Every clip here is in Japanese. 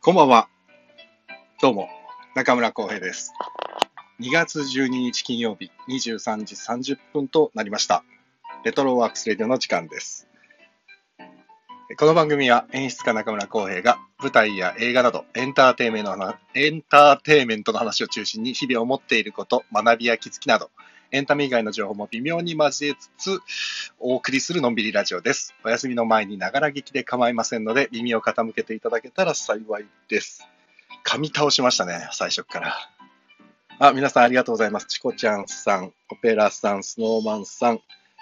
こんばんは。どうも、中村浩平です。2月12日金曜日23時30分となりました。レトロワークスレディオの時間です。この番組は演出家中村浩平が舞台や映画などエンターテインメントの話を中心に日々思っていること、学びや気づきなど、エンタメ以外の情報も微妙に交えつつお送りするのんびりラジオです。お休みの前にながら聞きで構いませんので耳を傾けていただけたら幸いです。噛み倒しましたね、最初から。皆さんありがとうございます。チコちゃんさん、オペラさん、スノーマンさん、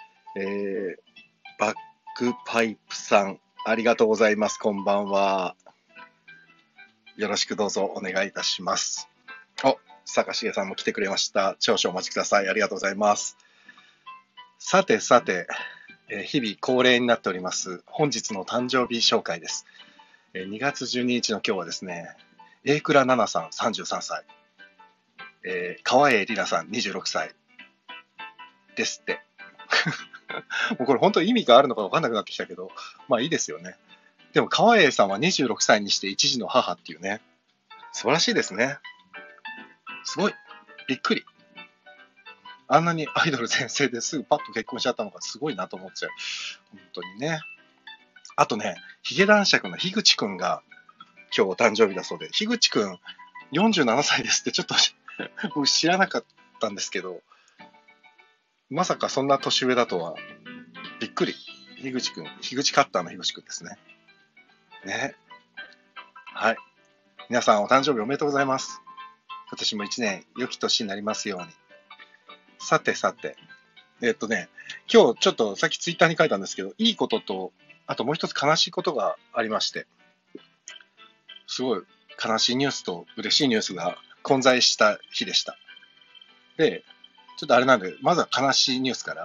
バックパイプさん、ありがとうございます。こんばんは。よろしくどうぞお願いいたします。坂重さんも来てくれました。少々お待ちください。ありがとうございます。さて、日々恒例になっております本日の誕生日紹介です。2月12日の今日はですね、榮倉奈々さん33歳、川栄里奈さん26歳ですって。もうこれ本当に意味があるのか分かんなくなってきたけど、まあいいですよね。でも川栄さんは26歳にして一児の母っていうね、素晴らしいですね。すごい。びっくり。あんなにアイドル全盛ですぐパッと結婚しちゃったのがすごいなと思っちゃう。本当にね。あとね、ヒゲ男爵の樋口くんが今日お誕生日だそうで、樋口くん47歳ですってちょっと僕知らなかったんですけど、まさかそんな年上だとはびっくり。樋口くん、樋口カッターの樋口くんですね。ね。はい。皆さんお誕生日おめでとうございます。今年も一年良き年になりますように。さて、今日ちょっとさっきツイッターに書いたんですけど、いいことと、あともう一つ悲しいことがありまして、すごい悲しいニュースと嬉しいニュースが混在した日でした。で、ちょっとあれなんで、まずは悲しいニュースから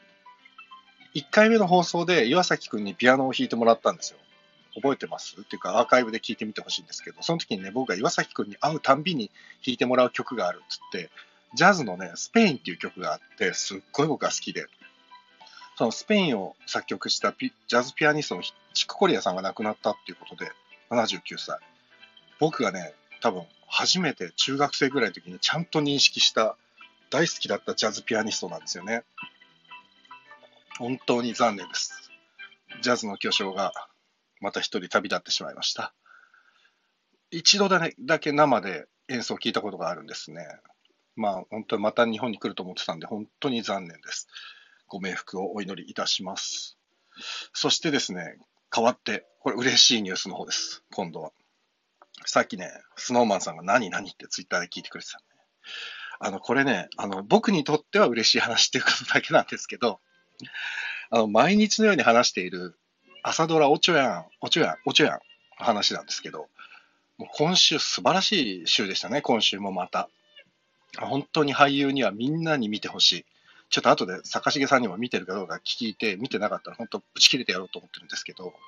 。1回目の放送で岩崎くんにピアノを弾いてもらったんですよ。覚えてますっていうか、アーカイブで聞いてみてほしいんですけど、その時にね、僕が岩崎くんに会うたんびに弾いてもらう曲があるっつって、ジャズのね、スペインっていう曲があって、すっごい僕が好きで、そのスペインを作曲したジャズピアニストのチック・コリアさんが亡くなったっていうことで、79歳。僕がね、多分初めて中学生ぐらいの時にちゃんと認識した大好きだったジャズピアニストなんですよね。本当に残念です。ジャズの巨匠がまた一人旅立ってしまいました。一度だけ生で演奏を聞いたことがあるんですね。まあ本当にまた日本に来ると思ってたんで本当に残念です。ご冥福をお祈りいたします。そしてですね、代わってこれ嬉しいニュースの方です。今度はさっきね、スノーマンさんが何ってツイッターで聞いてくれてたね。これね、僕にとっては嬉しい話っていうことだけなんですけど、毎日のように話している朝ドラおちょやん話なんですけど、もう今週素晴らしい週でしたね、今週もまた。本当に俳優にはみんなに見てほしい。ちょっと後で坂重さんにも見てるかどうか聞いて、見てなかったら本当ぶち切れてやろうと思ってるんですけど、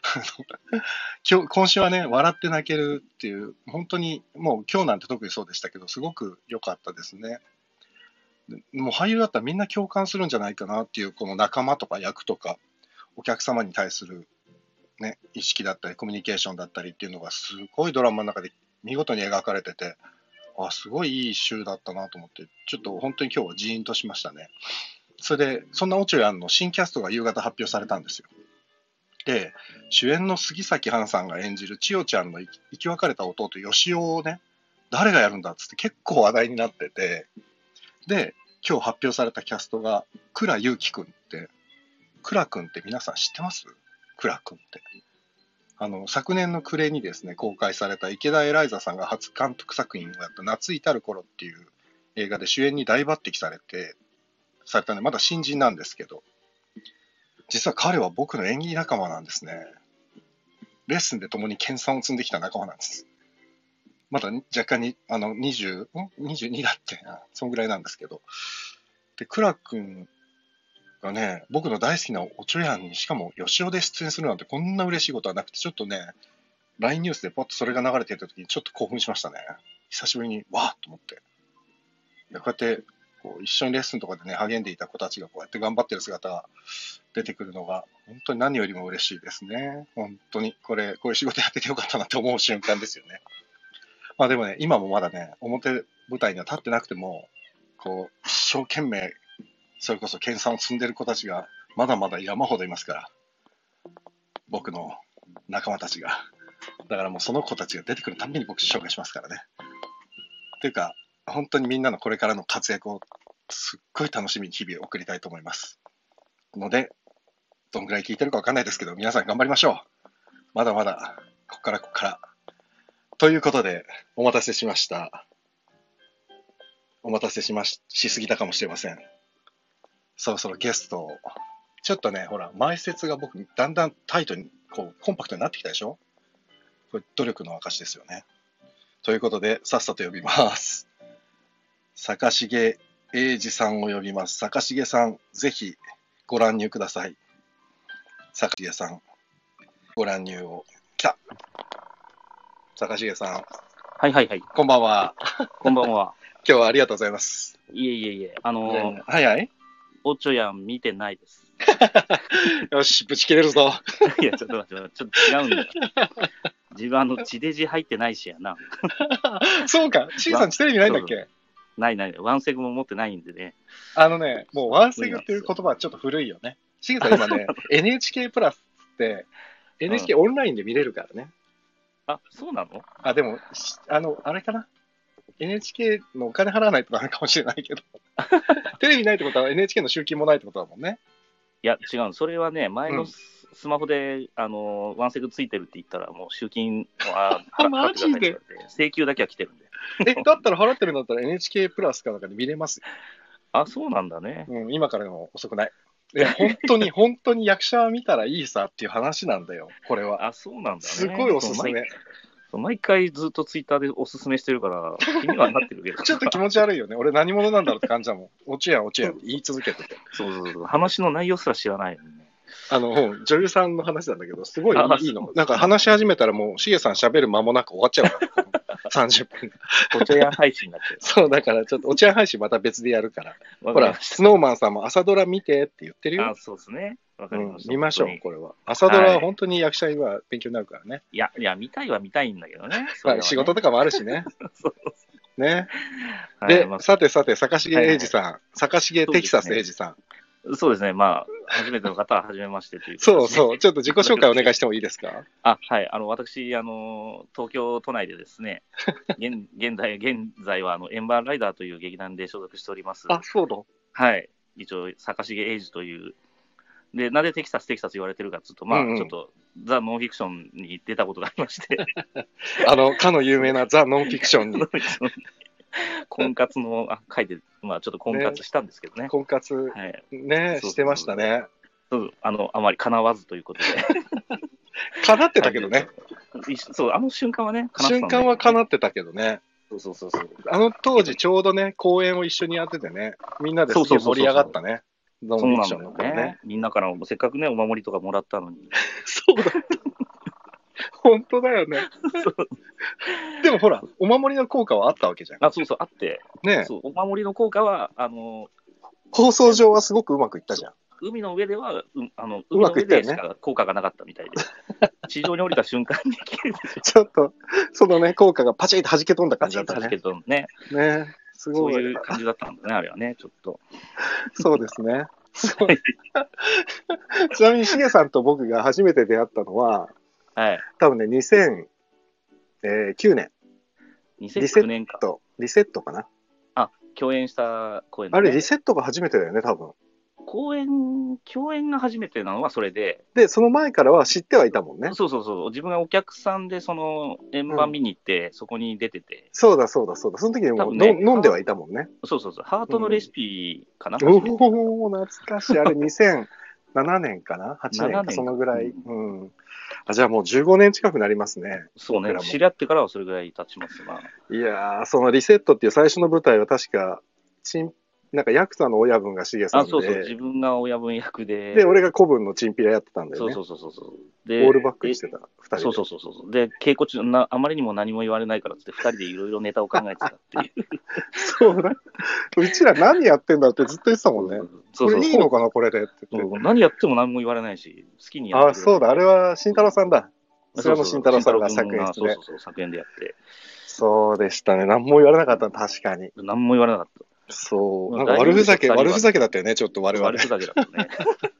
今週はね、笑って泣けるっていう、本当にもう今日なんて特にそうでしたけど、すごく良かったですね。もう俳優だったらみんな共感するんじゃないかなっていう、この仲間とか役とか、お客様に対する、ね、意識だったり、コミュニケーションだったりっていうのがすごいドラマの中で見事に描かれてて、すごいいい週だったなと思って、ちょっと本当に今日はジーンとしましたね。それで、そんなオチョヤンの新キャストが夕方発表されたんですよ。で、主演の杉咲花さんが演じる千代ちゃんの生き別れた弟、よしおをね、誰がやるんだっつって結構話題になってて、で、今日発表されたキャストが、倉優樹くんって、倉くんって皆さん知ってます？倉くんって。昨年の暮れにですね、公開された池田エライザさんが初監督作品をやった夏至る頃っていう映画で主演に大抜擢されたね、まだ新人なんですけど、実は彼は僕の演技仲間なんですね。レッスンで共に研鑽を積んできた仲間なんです。まだ若干に、22だってな、そんぐらいなんですけど。で、クラ君がね、僕の大好きなおちょやんに、しかも吉尾で出演するなんてこんな嬉しいことはなくて、ちょっとね、LINE ニュースでポッとそれが流れてた時にちょっと興奮しましたね。久しぶりに、わーっと思って。こうやってこう一緒にレッスンとかでね、励んでいた子たちがこうやって頑張ってる姿が出てくるのが、本当に何よりも嬉しいですね。本当に、こういう仕事やっててよかったなって思う瞬間ですよね。まあでもね、今もまだね、表舞台には立ってなくても、こう、一生懸命、それこそ研鑽を積んでる子たちが、まだまだ山ほどいますから、僕の仲間たちが。だからもうその子たちが出てくるたびに僕紹介しますからね。っていうか、本当にみんなのこれからの活躍をすっごい楽しみに日々送りたいと思います。ので、どんぐらい聞いてるかわかんないですけど、皆さん頑張りましょう。まだまだ、こっから。ということで、お待たせしました。お待たせしすぎたかもしれません。そろそろゲストを。ちょっとね、ほら、前説が僕、だんだんタイトに、こう、コンパクトになってきたでしょ？これ、努力の証ですよね。ということで、さっさと呼びます。坂重英二さんを呼びます。坂重さん、ぜひご乱入ください。坂重さん、ご乱入を。来た。坂重さん。 はいはいはい。 こんばんは。 こんばんは。 今日はありがとうございます。 いえいえいえ。 はいはい。 おちょやん見てないです。 よし、ぶち切れるぞ。 いや、ちょっと待って、ちょっと違うんだよ。自分地デジ入ってないしやな。 そうか、C さんテレビないんだっけ？ ない。ワンセグも持ってないんでね。 もうワンセグっていう言葉はちょっと古いよね。C さん今ね、NHK プラスって、NHK オンラインで見れるからね。 あ、そうなの？ あ、でも、あれかな。NHK のお金払わないとかあるかもしれないけど。テレビないってことは NHK の集金もないってことだもんね。 いや、違う。それはね、前のスマホで、ワンセグついてるって言ったら、もう集金はマジで請求だけは来てるんで。 だったら払ってるんだったら NHK プラスかなんかで見れますよ。 あ、そうなんだね。 うん、今からでも遅くない。いや、本当に役者見たらいいさっていう話なんだよ、これは。 あ、そうなんだね。 すごいおすすめ。 毎回ずっとツイッターでおすすめしてるから、気にはなってるけど。 ちょっと気持ち悪いよね。俺何者なんだろうって感じだもん。おちやんって言い続けてて。 そう。話の内容すら知らないよね。 女優さんの話なんだけど、すごいいいの。なんか話し始めたらもう、しげさん喋る間もなく終わっちゃうから。30分。 お茶屋配信になっちゃう。 そう、だからちょっとお茶屋配信また別でやるから。ほら、スノーマンさんも朝ドラ見てって言ってるよ。 あ、そうですね。わかりました。 見ましょう、これは。朝ドラは本当に役者には勉強になるからね。 いや、見たいんだけどね。 仕事とかもあるしね。 そうね。で、さて、坂重英二さん。坂重テキサス英二さん。そうですね。初めての方は初めましてという。 そう。ちょっと自己紹介お願いしてもいいですか？ はい。私、東京都内でですね、現在はエンバーライダーという劇団で所属しております。 あ、そうだ。 はい。一応、坂重英二という。で、なぜテキサス言われてるかというと、ちょっと、ザ・ノンフィクションに出たことがありまして。 かの有名なザ・ノンフィクションに。 婚活の回で、ちょっと婚活したんですけどね。 婚活、ね、してましたね。 あまり叶わずということで。 叶ってたけどね。 そう、瞬間はね、 瞬間は叶ってたけどね。 そう。 当時ちょうどね、公演を一緒にやっててね、みんなですげえ盛り上がったね。 ノンフィクションのね。みんなからせっかくね、お守りとかもらったのに。 そうだった。本当だよね。でもほら、お守りの効果はあったわけじゃん。 あって。 ね、 お守りの効果は、 放送上はすごくうまくいったじゃん。 海の上では、海の上でしか効果がなかったみたいで。地上に降りた瞬間にちょっと、そのね、効果がパチッと弾け飛んだ感じだったね。 弾け飛んね。 ね、すごい。 そういう感じだったんだね、あれはね、ちょっと。 そうですね。ちなみに、しげさんと僕が初めて出会ったのは、多分ね、2009年。 2009年か。 リセットかな。 共演した公演、 あれ、リセットが初めてだよね、多分。 共演が初めてなのはそれで。 で、その前からは知ってはいたもんね。 そう。自分がお客さんで、円盤見に行って、そこに出てて。 そうだ。その時にも飲んではいたもんね。 そう。ハートのレシピかな。 懐かしい。あれ、2007年かな ?8 年か、そのぐらい。じゃあもう15年近くなりますね。 そうね。知り合ってからはそれぐらい経ちますな。 いやー、そのリセットっていう最初の舞台は確か、チンなんかヤクザの親分がしげさんで、 そうそう、自分が親分役で、 で、俺が子分のチンピラやってたんだよね。 そう。 オールバックしてた、二人で。 そう。で、稽古中あまりにも何も言われないからって、二人でいろいろネタを考えてたっていう。 そうだ。うちら何やってんだってずっと言ってたもんね。これいいのかな、これでって言って。 何やっても何も言われないし、好きにやってくれる。 そうだ、あれは慎太郎さんだ。それも慎太郎さんが作演してね。 そう、作演でやって。 そうでしたね。何も言われなかった、確かに。 何も言われなかった。 そう。なんか悪ふざけだったよね、ちょっと我々。 悪ふざけだったね。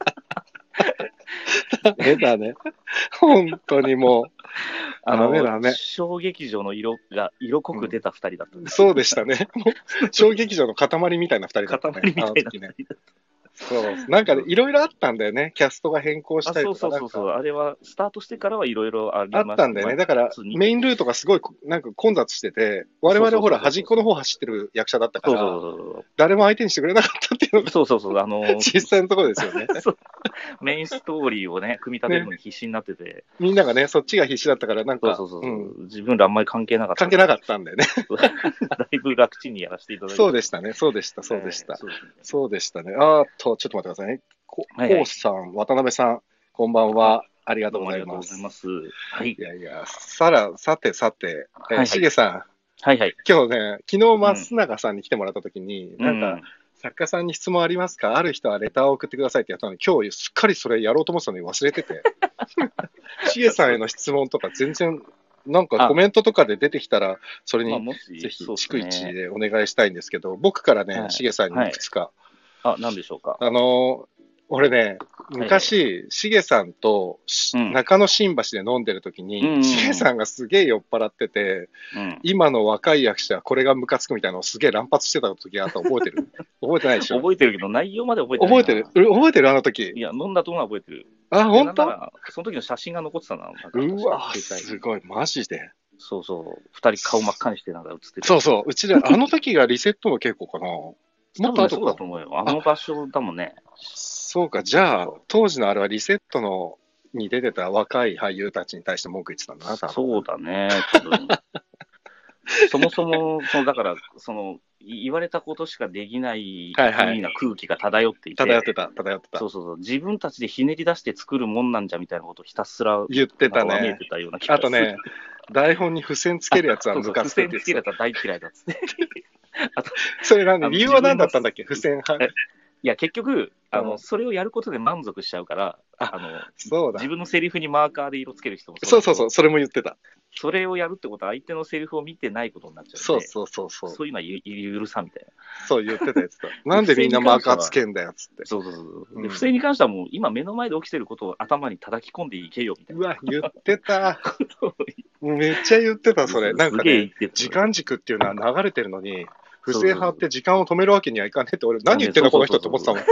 ダメだね。本当にもう。ダメ。 小劇場の色濃く出た二人だった、 そうでしたね。小劇場の塊みたいな二人だった、ね。 塊みたいな二人だった。 そう。なんかいろいろあったんだよね。キャストが変更したりとか。 そう。あれは、スタートしてからはいろいろありました。 あったんだよね。だから、メインルートがすごい、なんか混雑してて、我々ほら、端っこの方走ってる役者だったから、誰も相手にしてくれなかったっていうのが、 そう。 実際のところですよね。 メインストーリーをね、組み立てるのに必死になってて。 みんながね、そっちが必死だったから、なんか、 自分らあんまり関係なかった。 関係なかったんだよね。 だいぶ楽ちんにやらせていただいて。 そうでしたね。そうでしたね。ちょっと待ってくださいね。こうさん、渡辺さん、こんばんは。ありがとうございます。 はい。 いや、さて、しげさん。 はい。 今日ね、昨日松永さんに来てもらったときに、なんか、作家さんに質問ありますか？ある人はレターを送ってくださいってやったのに、今日すっかりそれやろうと思ってたのに忘れてて。しげさんへの質問とか全然、なんかコメントとかで出てきたら、それにぜひ逐一でお願いしたいんですけど、僕からね、しげさんにいくつか。 何でしょうか。 俺ね、昔、しげさんと中野新橋で飲んでる時に、しげさんがすげえ酔っ払ってて、今の若い役者、これがムカつくみたいなのをすげえ乱発してた時があったの覚えてる？覚えてないでしょ？ 覚えてるけど、内容まで覚えてない。 覚えてるあの時。 いや、飲んだとは覚えてる。 本当？ その時の写真が残ってたな。 うわ、すごい、マジで。 そう。二人顔真っ赤にしてなんか映ってる。 そう。うちで、あの時がリセットの稽古かな。もっと後そうだと思うよ。あの場所だもんね。 そうか、じゃあ、当時のあれはリセットに出てた若い俳優たちに対して文句言ってたんだな、 そうだね、そもそも、だから、言われたことしかできない風な空気が漂っていて、 漂ってた。 そう、自分たちでひねり出して作るもんなんじゃみたいなことをひたすら言ってたね。 見えてたような気がする。 あとね、台本に付箋つけるやつはムカつくって。 付箋つけるやつは大嫌いだっつって。 それ理由は何だったんだっけ？付箋派。 いや、結局、それをやることで満足しちゃうから、 そうだ。 自分のセリフにマーカーで色つける人もそう、それも言ってた。 それをやるってことは相手のセリフを見てないことになっちゃうので、そういうのは許さんみたいな。 そう言ってたやつだ。なんでみんなマーカーつけんだよっつって。 そう。で、不正に関してはもう今目の前で起きてることを頭に叩き込んでいけよみたいな。 うわ、言ってた。めっちゃ言ってた、それ。なんかね、時間軸っていうのは流れてるのに、不正派って時間を止めるわけにはいかねえって、俺何言ってんだこの人って思ってたもん。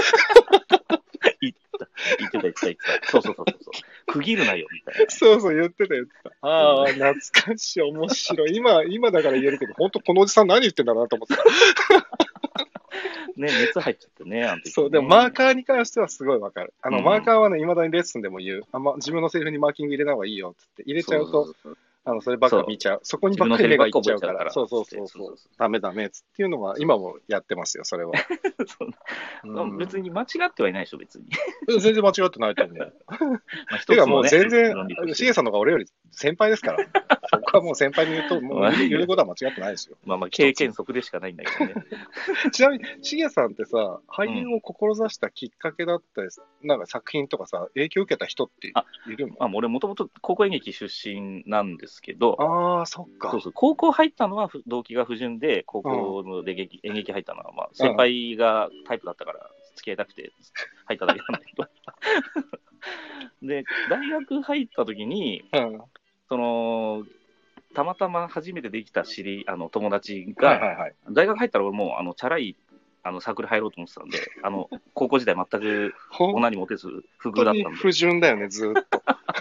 言ってた。そう。区切るなよ、みたいな。 そう、言ってた。ああ、懐かしい、面白い。今だから言えるけど、本当このおじさん何言ってんだろうなと思ってた。 ね、熱入っちゃってね、あの時ね。 そう、でもマーカーに関してはすごいわかる。マーカーはね、未だにレッスンでも言う。自分のセリフにマーキング入れた方がいいよってって。入れちゃうと、そればっか見ちゃう。そこにばっかり目がいっちゃうから。そう。ダメっていうのは、今もやってますよ、それは。 別に間違ってはいないでしょ、別に。 全然間違ってないと思う。てかもう全然、しげさんの方が俺より先輩ですから。そこはもう先輩に言うと、もう言うことは間違ってないですよ。 経験則でしかないんだけどね。 ちなみに、しげさんってさ、俳優を志したきっかけだったり、なんか作品とかさ、影響を受けた人っているの？ 俺もともと高校演劇出身なんですけど、 そっか。 そう、高校入ったのは動機が不純で、高校で演劇入ったのは、先輩がタイプだったから付き合いたくて入っただけなんだけど。で、大学入った時に、たまたま初めてできた友達が、大学入ったら俺もうチャラいサークル入ろうと思ってたんで、高校時代全く女にモテず不遇だったんで。 不純だよね、ずっと。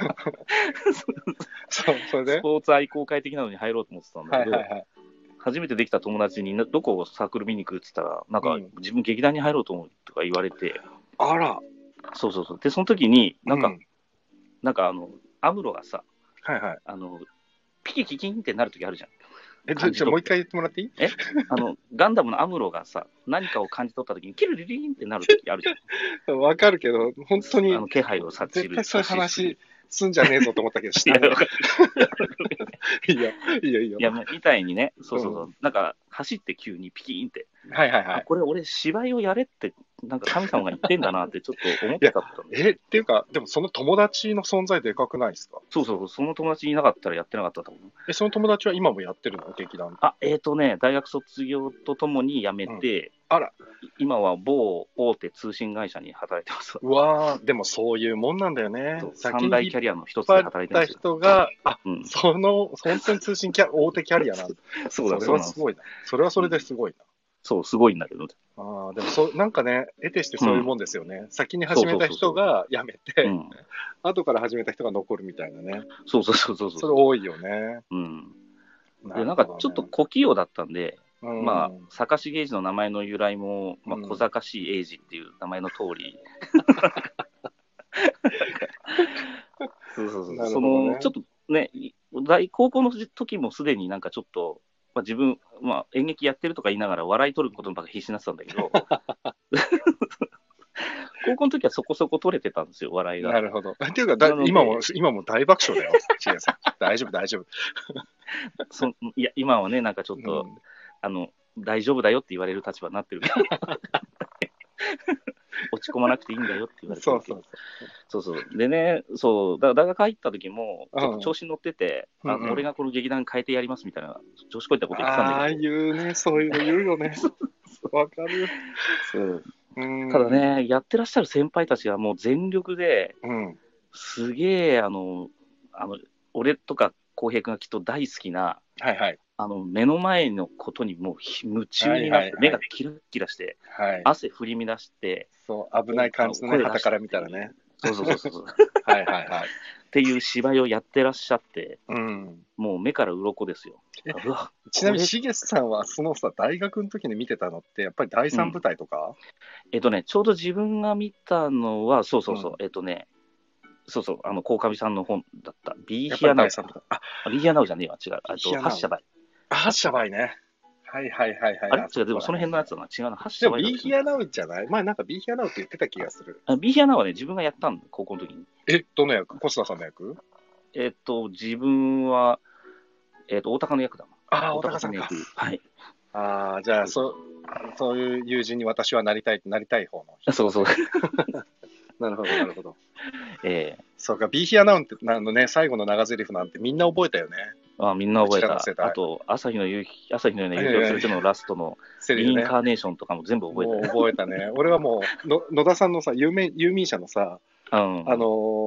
それでスポーツ愛好会的なのに入ろうと思ってたんだけど、初めてできた友達にどこをサークル見に行くって言ったら、なんか自分劇団に入ろうと思うとか言われて、 あら。 そう。で、その時に、なんかアムロがさ、ピキキキンってなる時あるじゃん。 じゃあもう一回言ってもらっていい？ ガンダムのアムロがさ、何かを感じ取った時に、キルリリーンってなる時あるじゃん。 わかるけど、本当に、 気配を察知する。 絶対そういう話すんじゃねえぞと思ったけど、したね。いいよ、いいよ、いいよ。 いや、みたいにね、そうそうそう、なんか、走って急にピキーンって。 はいはいはい。 これ俺、芝居をやれって、なんか神様が言ってんだなってちょっと思ってたんで。っていうか、でもその友達の存在でかくないですか？ そうそう、その友達いなかったらやってなかったと思う。 その友達は今もやってるの？劇団。 大学卒業とともに辞めて、 あら。 今は某大手通信会社に働いてます。 うわー、でもそういうもんなんだよね。 三大キャリアの一つで働いてますよ。 人が、本当に通信大手キャリアなんだ。 そうだ、 それはすごいな。それはそれですごいな。 そう、すごいんだけど。 でもなんかね、得てしてそういうもんですよね。先に始めた人が辞めて、後から始めた人が残るみたいなね。 そう。それ多いよね。 で、なんかちょっと小器用だったんで、まあ、坂重英二の名前の由来も、まあ、小賢しい英二っていう名前の通り。そう。ちょっとね、高校の時もすでになんかちょっと、自分、演劇やってるとか言いながら笑い取ることばっか必死になってたんだけど、高校の時はそこそこ取れてたんですよ、笑いが。 なるほど。っていうか、今も大爆笑だよ、しげさん。大丈夫。 いや、今はね、なんかちょっと、大丈夫だよって言われる立場になってるから。落ち込まなくていいんだよって言われてるけど。そう。でね、大学入った時も、ちょっと調子に乗ってて、俺がこの劇団変えてやりますみたいな、調子こいたこと言ってたんだけど。 言うね、そういうの言うよね。わかる。 ただね、やってらっしゃる先輩たちがもう全力で、すげえ、俺とか浩平君がきっと大好きな、目の前のことにもう夢中になって、目がキラッキラして、汗振り乱して、 危ない感じのね、旗から見たらね。 そう。っていう芝居をやってらっしゃって、もう目から鱗ですよ。 ちなみに、しげさんは大学の時に見てたのって、やっぱり第三舞台とか？ ちょうど自分が見たのは、そう。鴻上さんの本だった。ビーヒアナウ。ビーヒアナウじゃねえわ、違う。発射梅。 発射梅ね。はい。 あれ違う、でもその辺のやつだな。違うな。発射梅。 ビーヒアナウじゃない？前なんかビーヒアナウって言ってた気がする。 ビーヒアナウはね、自分がやったんだ、高校の時に。 どの役？小須田さんの役？ 自分は、大高の役だな。 大高さんの役。 はい。 じゃあ、そういう友人に私はなりたい方の人。 そう。 なるほど。そうか、ビーヒアナウンってね、最後の長台詞なんてみんな覚えたよね。 みんな覚えた。あと、朝日の夕日を連れてのラストのインカーネーションとかも全部覚えた。 覚えたね。俺はもう、野田さんのさ、有名者のさ、阪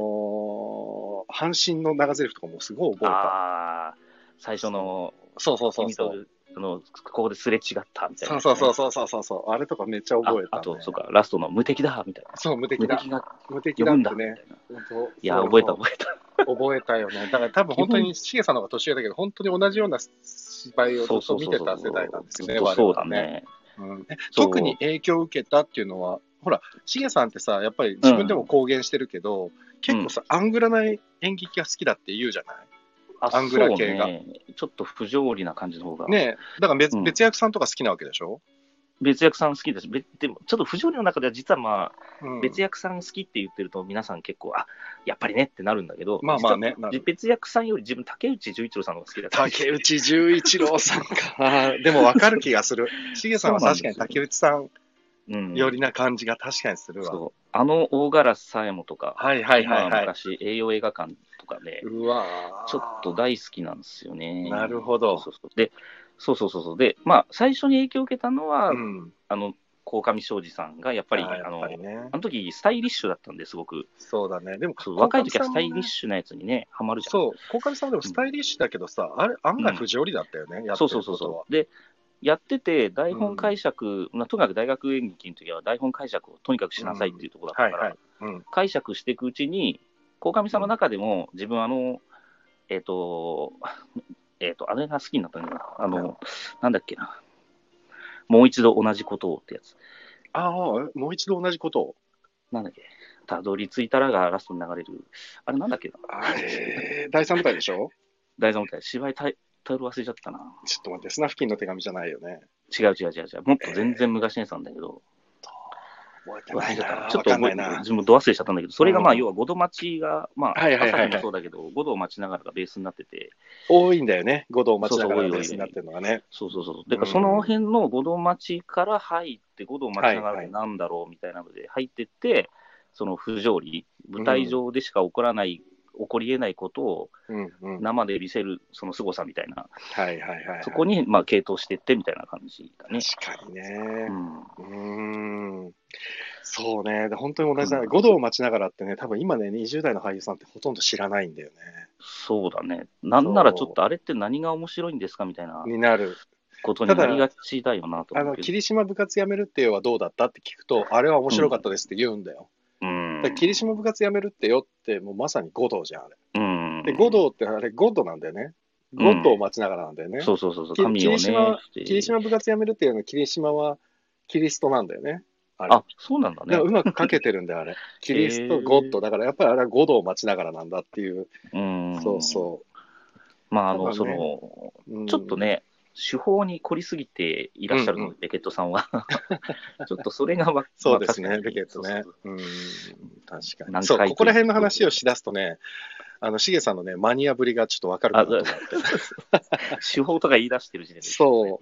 神の長台詞とかもすごい覚えた。 最初の、 そう。 ここですれ違ったみたいな。 そう。あれとかめっちゃ覚えた。 あと、そうか、ラストの無敵だみたいな。 そう、無敵だってね。 いや、覚えた。 覚えたよね。だから多分本当に、しげさんの方が年上だけど、本当に同じような芝居をずっと見てた世代なんですよね、 そうだね。 特に影響を受けたっていうのは、ほら、しげさんってさ、やっぱり自分でも公言してるけど、結構さ、アングラな演劇が好きだって言うじゃない？アングラ系が。 ちょっと不条理な感じの方が。 ねえ、だから別役さんとか好きなわけでしょ？ 別役さん好きです。でも、ちょっと不条理の中では実は別役さん好きって言ってると皆さん結構、やっぱりねってなるんだけど、 ね。 別役さんより自分、竹内純一郎さんの方が好きだった。 竹内純一郎さんか。でも分かる気がする。しげさんは確かに竹内さんよりな感じが確かにするわ。 大柄さえもとか、 昔、 栄養映画館とかで、ちょっと大好きなんですよね。 なるほど。 で、で、最初に影響を受けたのは、鴻上尚史さんがやっぱり、あの時スタイリッシュだったんですごく。 そうだね。でも、 若い時はスタイリッシュなやつにね、ハマるじゃん。 そう、鴻上さんでもスタイリッシュだけどさ、あれ、案外不条理だったよね、やってることは。 で、やってて、台本解釈、とにかく大学演劇の時は台本解釈をとにかくしなさいっていうところだったから、解釈していくうちに、鴻上さんの中でも、自分あれが好きになったんだな。なんだっけな。もう一度同じことをってやつ。 もう一度同じことを。 なんだっけ。たどり着いたらがラストに流れる。あれなんだっけな。 第三舞台でしょ？ 第三舞台。芝居タタイトル忘れちゃったな。 ちょっと待って、スナフキンの手紙じゃないよね。 違う。もっと全然昔のやつなんだけど。 覚えてないな。 ちょっと自分ど忘れしちゃったんだけど、それが要は5度待ちが、朝日もそうだけど、5度を待ちながらがベースになってて。 多いんだよね、5度を待ちながらベースになってるのがね。 そう。だからその辺の5度待ちから入って、5度を待ちながらなんだろうみたいなので入ってって、その不条理、舞台上でしか起こり得ないことを生で見せるその凄さみたいな、そこに傾倒していってみたいな感じだね。 確かにね。そうね。本当に同じだね。5度を待ちながらってね、多分今ね、20代の俳優さんってほとんど知らないんだよね。 そうだね。なんならちょっとあれって何が面白いんですかみたいな。 になる。 ことになりがちだよなと思うけど。 霧島部活やめるってよはどうだったって聞くと、あれは面白かったですって言うんだよ。霧島部活やめるってよって、もうまさに5度じゃん、あれ。で、5度ってあれ5度なんだよね。5度を待ちながらなんだよね。 そう。神をね。 霧島部活やめるっていうのは、霧島はキリストなんだよね。 あ、そうなんだね。 だからうまく書けてるんだよ、あれ。キリスト、ゴッド。だからやっぱりあれは5度を待ちながらなんだっていう。そう。 ちょっとね、手法に凝りすぎていらっしゃるの、ベケットさんは。ちょっとそれがそうですね、ベケットね。確かに。そう、ここら辺の話をしだすとね、シゲさんのね、マニアぶりがちょっとわかるかなと思って。 手法とか言い出してる時点で。 そう。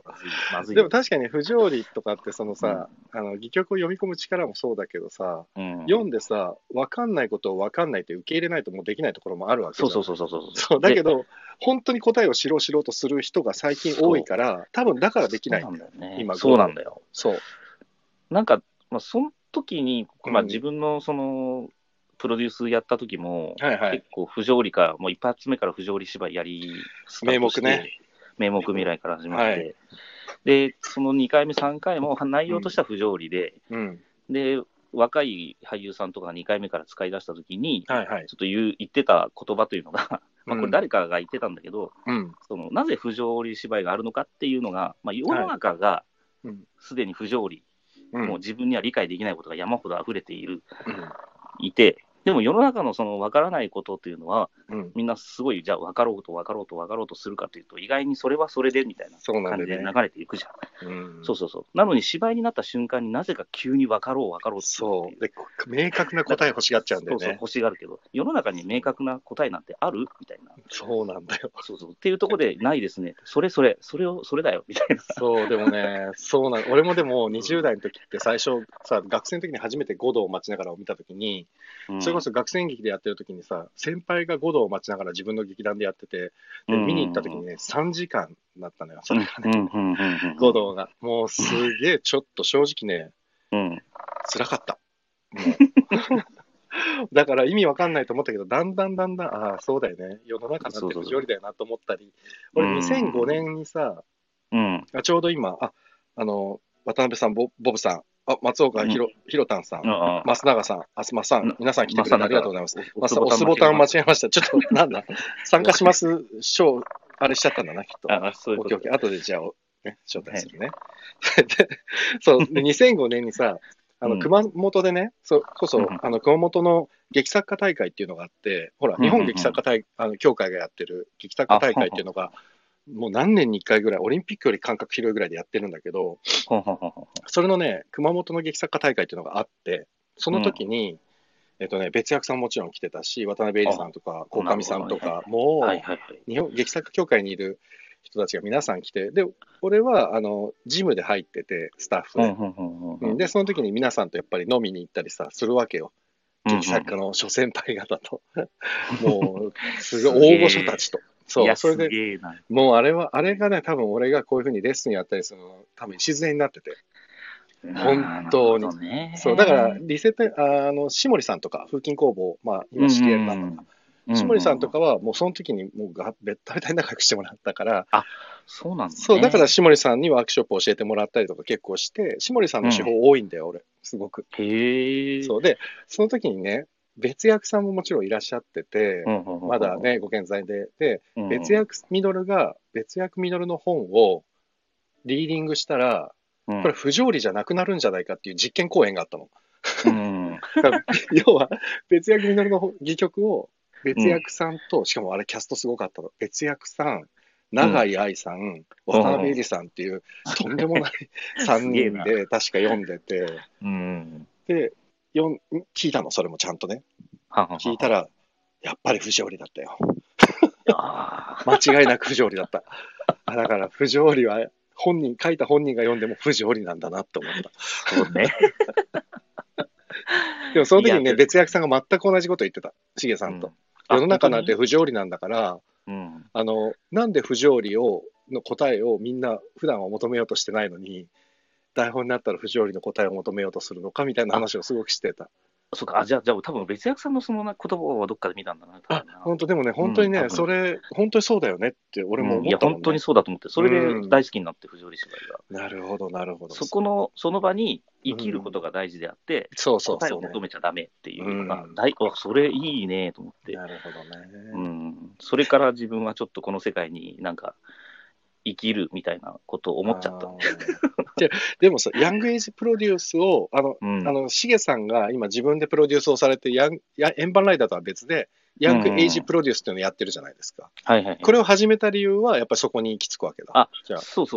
でも確かに不条理とかってそのさ、戯曲を読み込む力もそうだけどさ、読んでさ、わかんないことをわかんないって受け入れないともうできないところもあるわけじゃん。そう。だけど、本当に答えを知ろうとする人が最近多いから、多分だからできないんだよね。今、 そうなんだよ。 そう。 なんか、その時に、自分のその、プロデュースやった時も、結構不条理から、もう一発目から不条理芝居やりスタートして、名目未来から始まって、で、その2回目、3回も内容としては不条理で、で、若い俳優さんとかが2回目から使い出した時に、ちょっと言ってた言葉というのが、これ誰かが言ってたんだけど、なぜ不条理芝居があるのかっていうのが、世の中がすでに不条理、もう自分には理解できないことが山ほど溢れていて、でも世の中のその分からないことっていうのは、みんなすごい、じゃあ分かろうとするかというと、意外にそれはそれでみたいな感じで流れていくじゃん。なのに芝居になった瞬間になぜか急に分かろうと。 そう。で、明確な答え欲しがっちゃうんだよね。 欲しがるけど、世の中に明確な答えなんてあるみたいな。 そうなんだよ。 っていうところで、ないですね。それだよ、みたいな。 そう、でもね、俺もでも20代の時って最初さ、学生の時に初めて5度を待ちながらを見た時に、それこそ学生演劇でやってる時にさ、先輩が5度を待ちながら自分の劇団でやってて、で見に行った時にね、3時間だったのよ、それがね。5度が。もうすげえ、ちょっと正直ね、辛かった。だから意味わかんないと思ったけど、だんだん、ああ、そうだよね。世の中なんて不条理だよなと思ったり、俺2005年にさ、ちょうど今、渡辺さん、ボブさん、松岡ひろたんさん、増永さん、東さん、皆さん来てくれてありがとうございます。押すボタン間違えました。ちょっと、なんだ、参加します賞、あれしちゃったんだな、きっと。後でじゃあ、招待するね。そう、2005年にさ、熊本でね、熊本の劇作家大会っていうのがあって、ほら、日本劇作家協会がやってる劇作家大会っていうのが、もう何年に1回ぐらい、オリンピックより間隔広いぐらいでやってるんだけど、それのね、熊本の劇作家大会っていうのがあって、その時に、別役さんもちろん来てたし、渡辺恵里さんとか、鴻上さんとか、もう、日本劇作家協会にいる人たちが皆さん来て、で、俺は、ジムで入ってて、スタッフで。で、その時に皆さんとやっぱり飲みに行ったりさ、するわけよ。劇作家の諸先輩方と。もう、すごい大御所たちと。そう、それで、もうあれがね、多分俺がこういうふうにレッスンやったりするの、多分礎になってて。本当に。そう、だから、下森さんとか、風琴工房、今知り合いなんだな。下森さんとかは、もうその時にもうべったべたに仲良くしてもらったから、 そうなんだね。 そう、だから下森さんにワークショップを教えてもらったりとか結構して、下森さんの手法多いんだよ、俺、すごく。そうで、その時にね、別役さんももちろんいらっしゃってて、まだね、ご健在で、別役ミドルの本をリーディングしたら、これ不条理じゃなくなるんじゃないかっていう実験講演があったの。要は、別役ミドルの戯曲を別役さんと、しかもあれキャストすごかったの。別役さん、 永井愛さん、渡辺恵里さんっていう、とんでもない3人で確か読んでて、で、聞いたの、それもちゃんとね。聞いたら、やっぱり不条理だったよ。間違いなく不条理だった。だから不条理は書いた本人が読んでも不条理なんだなって思った。 そうね。 でもその時にね、別役さんが全く同じこと言ってた、しげさんと。世の中なんて不条理なんだから、なんで不条理の答えをみんな普段は求めようとしてないのに、台本になったら不条理の答えを求めようとするのかみたいな話をすごくしてた。 そうか、じゃあ多分別役さんのその言葉はどっかで見たんだな。 本当でもね、本当にね、それ、本当にそうだよねって俺も思ったもんね。 いや、本当にそうだと思って、それで大好きになって、不条理芝居が。 なるほど、なるほど。 その場に生きることが大事であって、答えを求めちゃダメっていうのが、それいいねと思って。 なるほどね。 それから自分はちょっとこの世界になんか、生きるみたいなことを思っちゃった。 でもさ、ヤングエイジプロデュースを、しげさんが今自分でプロデュースをされて、円盤ライダーとは別で、ヤングエイジプロデュースっていうのをやってるじゃないですか。これを始めた理由は、やっぱりそこに行き着くわけだ。 そう。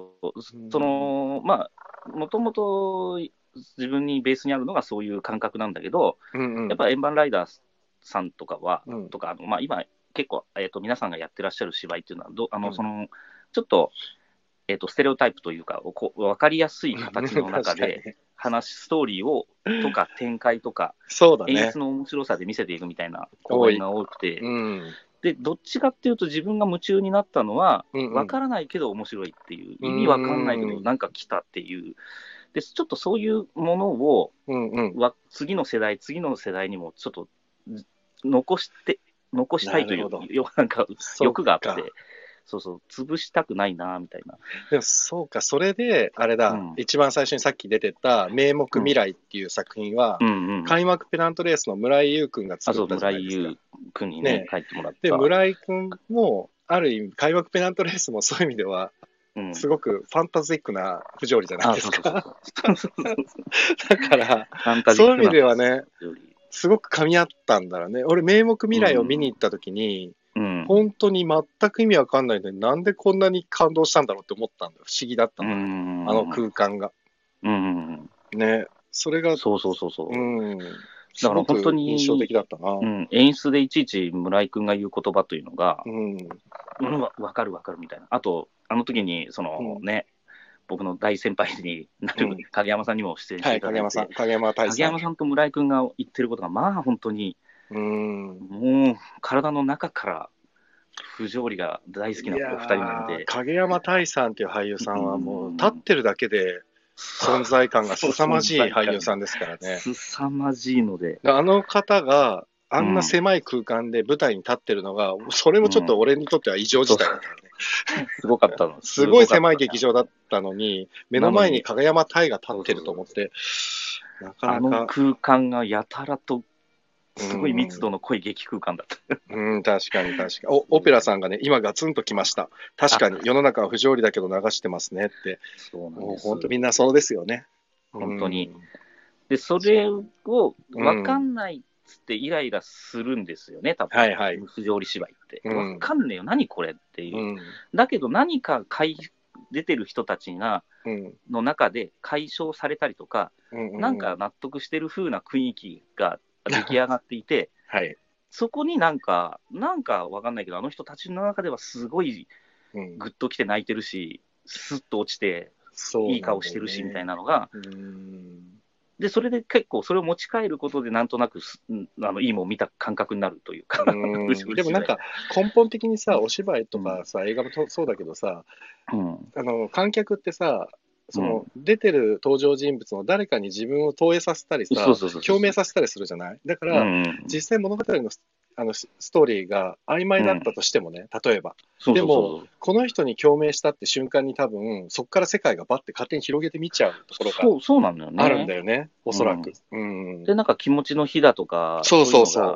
もともと自分にベースにあるのがそういう感覚なんだけど、やっぱ円盤ライダーさんとかは、今、結構、皆さんがやってらっしゃる芝居っていうのは、ちょっと、ステレオタイプというか、分かりやすい形の中で、ストーリーを、とか展開とか、演出の面白さで見せていくみたいな公演が多くて、で、どっちかっていうと自分が夢中になったのは、分からないけど面白いっていう、意味分かんないけどなんか来たっていう、で、ちょっとそういうものを、次の世代にもちょっと残したいという、なんか欲があって、潰したくないな、みたいな。 でもそうか、それで、あれだ、一番最初にさっき出てた、名目未来っていう作品は、開幕ペナントレースの村井優君が作ったじゃないですか。 村井優君にね、書いてもらった。 で、村井君も、ある意味、開幕ペナントレースもそういう意味では、すごくファンタジックな不条理じゃないですか。だから、そういう意味ではね、すごく噛み合ったんだろうね。俺、名目未来を見に行った時に、本当に全く意味わかんないのになんでこんなに感動したんだろうって思ったんだよ。不思議だったんだよ。あの空間が。ね。それが、 そう。 だから本当に印象的だったな。 演出でいちいち村井くんが言う言葉というのが、わかるみたいな。あと、あの時に、僕の大先輩になる影山さんにも出演していただいて、影山さんと村井くんが言ってることが、まあ本当に、もう体の中から不条理が大好きなお二人なんで。 影山大さんっていう俳優さんはもう立ってるだけで存在感が凄まじい俳優さんですからね。 凄まじいので。 あの方があんな狭い空間で舞台に立ってるのが、それもちょっと俺にとっては異常事態だったね。 すごかったの。 すごい狭い劇場だったのに、目の前に影山大が立ってると思って、 なかなか。あの空間がやたらとすごい密度の濃い劇空間だった。 確かに。オペラさんがね、今ガツンときました。確かに世の中は不条理だけど流してますねって。そうなんです。本当みんなそうですよね。 本当に。で、それを分かんないっつってイライラするんですよね、多分。不条理芝居って。分かんねえよ、何これっていう。だけど何か出てる人たちが、の中で解消されたりとか、なんか納得してる風な雰囲気が出来上がっていて、そこになんかわかんないけど、あの人たちの中ではすごいグッときて泣いてるし、スッと落ちて、いい顔してるし、みたいなのが、で、それで結構それを持ち帰ることでなんとなくいいもん見た感覚になるというか。 でもなんか根本的にさ、お芝居とかさ、映画もそうだけどさ、観客ってさ、出てる登場人物の誰かに自分を投影させたりさ、共鳴させたりするじゃない。だから、実際物語のストーリーが曖昧だったとしてもね、例えば。でも、この人に共鳴したって瞬間に多分、そこから世界がバッて勝手に広げて見ちゃうところがそうなんだよね。 あるんだよね、おそらく。 で、なんか気持ちの火だとか、そう。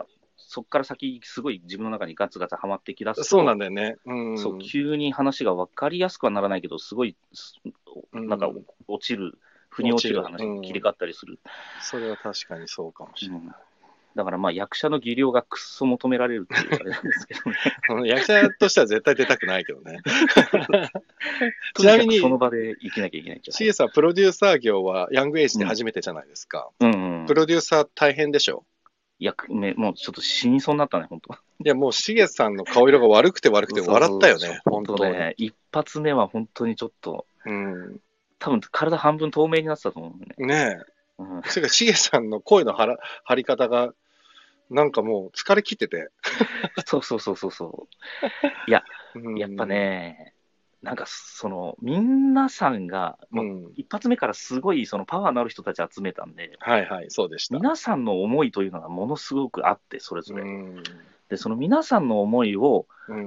そこから先、すごい自分の中にガツガツはまってきだすと、 そうなんだよね。 急に話が分かりやすくはならないけど、すごい、なんか腑に落ちる話に切り替わったりする。 それは確かにそうかもしれない。 だからまあ役者の技量がくっそ求められるっていうあれなんですけどね。 役者としては絶対出たくないけどね。 ちなみに、その場で生きなきゃいけない。 シゲさん、プロデューサー業はヤングエイジで初めてじゃないですか。プロデューサー大変でしょ？ もうちょっと死にそうになったね、本当。 いや、もうシゲさんの顔色が悪くて笑ったよね、本当ね。一発目は本当にちょっと、多分体半分透明になってたと思うね。ねえ。それからシゲさんの声の張り方が、なんかもう疲れ切ってて。 そう。いや、やっぱね、なんか皆さんが、一発目からすごいパワーのある人たち集めたんで、 はいはい、そうでした。 皆さんの思いというのがものすごくあって、それぞれ。で、その皆さんの思いを、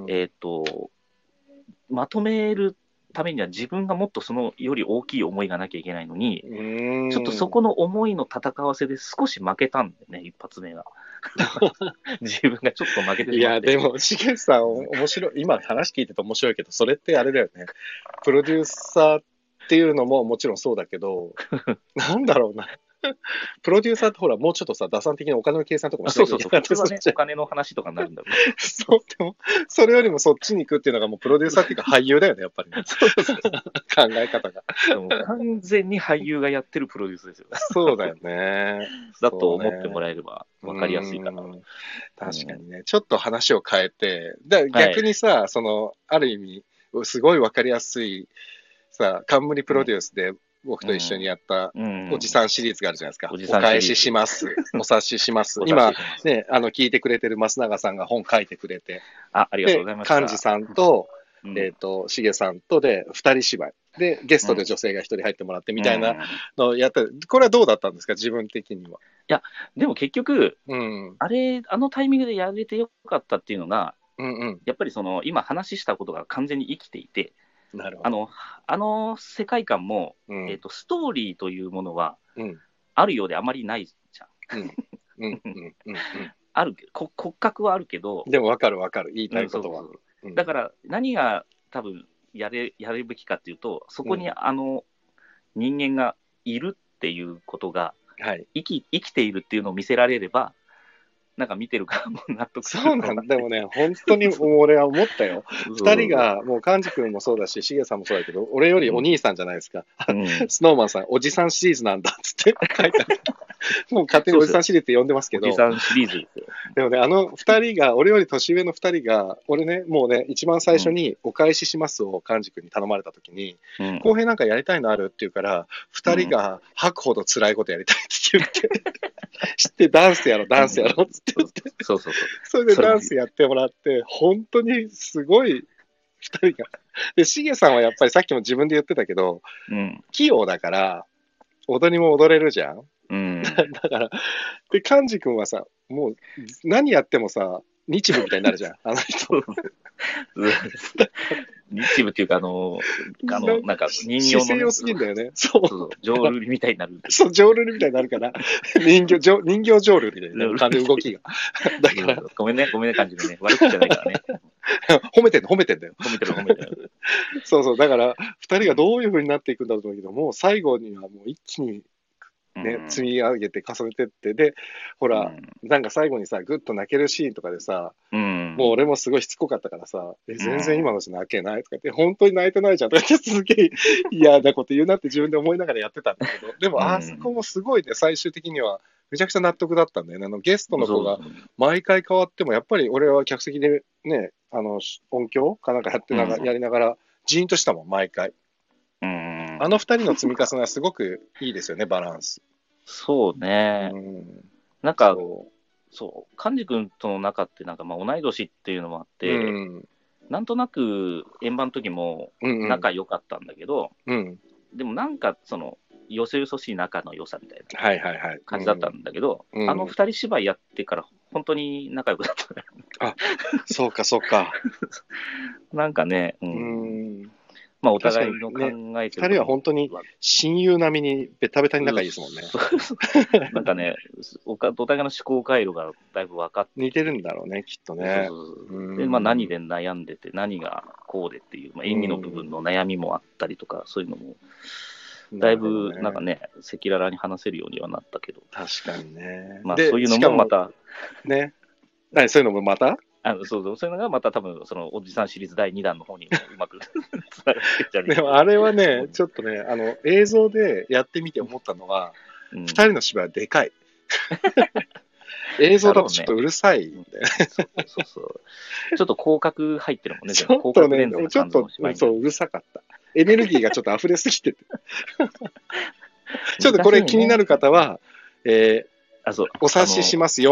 まとめるためには自分がもっとそのより大きい思いがなきゃいけないのに、ちょっとそこの思いの戦わせで少し負けたんだよね、一発目が。自分がちょっと負けてしまって。 いや、でも、しげさん、面白い、今話聞いてて面白いけど、それってあれだよね。プロデューサーっていうのももちろんそうだけど、なんだろうな。プロデューサーってほら、もうちょっとさ、打算的にお金の計算とかもしなきゃいけない。 普通はね、お金の話とかになるんだろうね。 そう、でも、それよりもそっちに行くっていうのがもうプロデューサーっていうか俳優だよね、やっぱり、ね。そう考え方が。 でも完全に俳優がやってるプロデュースですよね。 そうだよね。 だと思ってもらえれば分かりやすいかな。 確かにね。ちょっと話を変えて、逆にさ、ある意味、すごい分かりやすい、さ、冠プロデュースで、僕と一緒にやったおじさんシリーズがあるじゃないですか。お返しします。お察しします。今、ね、聞いてくれてる増永さんが本書いてくれて。 ありがとうございます。 幹事さんと、しげさんとで二人芝居。で、ゲストで女性が一人入ってもらってみたいなのをやった。これはどうだったんですか、自分的には。 いや、でも結局、あのタイミングでやれてよかったっていうのが、やっぱり今話したことが完全に生きていて、 なるほど。 あの世界観も、ストーリーというものは、あるようであまりないじゃん。ある骨格はあるけど。 でも分かる、言いたいことは。 だから何が多分やるべきかっていうと、そこに人間がいるっていうことが、生きているっていうのを見せられれば、なんか見てるからも納得する。 そうなんだよね。本当に俺は思ったよ。二人が、もう幹事君もそうだし、しげさんもそうだけど、俺よりお兄さんじゃないですか。スノーマンさん、おじさんシリーズなんだっつって書いてあった。もう勝手におじさんシリーズって呼んでますけど。 おじさんシリーズですよ。 でもね、あの二人が、俺より年上の二人が、俺ね、もうね、一番最初にお返ししますを幹事君に頼まれたときに、公平なんかやりたいのあるって言うから、二人が吐くほど辛いことやりたいって言って、知ってダンスやろっつって言って。それでダンスやってもらって、本当にすごい二人が。で、しげさんはやっぱりさっきも自分で言ってたけど、器用だから、踊りも踊れるじゃん。だから、で、幹事君はさ、もう何やってもさ、日舞みたいになるじゃん、あの人。 日舞っていうか、なんか人形の、 姿勢良すぎんだよね。そう。 浄瑠璃みたいになる。 そう、浄瑠璃みたいになるから、人形浄瑠璃みたいな感じの動きが。だから。 ごめんね、感じでね。悪くじゃないからね。 褒めてんだよ。 褒めてる。 そう、だから、二人がどういう風になっていくんだろうと思うけど、もう最後にはもう一気に、ね、積み上げて重ねてって、で、ほら、なんか最後にさ、ぐっと泣けるシーンとかでさ、もう俺もすごいしつこかったからさ、全然今の人泣けないとか言って、本当に泣いてないじゃんとか言って、すげえ嫌なこと言うなって自分で思いながらやってたんだけど、でもあそこもすごいね、最終的にはめちゃくちゃ納得だったんだよね。ゲストの子が毎回変わっても、やっぱり俺は客席でね、音響かなんかやりながら、ジーンとしたもん、毎回。あの二人の積み重ねはすごくいいですよね、バランス。 そうね。なんか、そう、幹事君との仲ってなんかまあ同い年っていうのもあって、なんとなく円盤の時も仲良かったんだけど、でもなんかよそよそしい仲の良さみたいな感じだったんだけど、あの二人芝居やってから本当に仲良くなった。 あ、そうか。 なんかね、まあお互いの考えてる、 二人は本当に親友並みにベタベタに仲いいですもんね。 なんかね、お互いの思考回路がだいぶ分かって似てるんだろうね、きっとね。 で、まあ何で悩んでて、何がこうでっていう、まあ、演技の部分の悩みもあったりとか、そういうのもだいぶなんかね、赤裸々に話せるようにはなったけど。 確かにね。 まあそういうのもまた。 ね。そういうのもまたそういうのがまた多分、そのおじさんシリーズ第2弾の方にもうまくつながってんじゃねえか。 でもあれはね、ちょっとね、映像でやってみて思ったのは、二人の芝居はでかい。映像だとちょっとうるさいんだよね。 そうちょっと広角入ってるもんね。 ちょっとね、ちょっとそううるさかった。エネルギーがちょっと溢れすぎてて。ちょっとこれ気になる方は、お察しします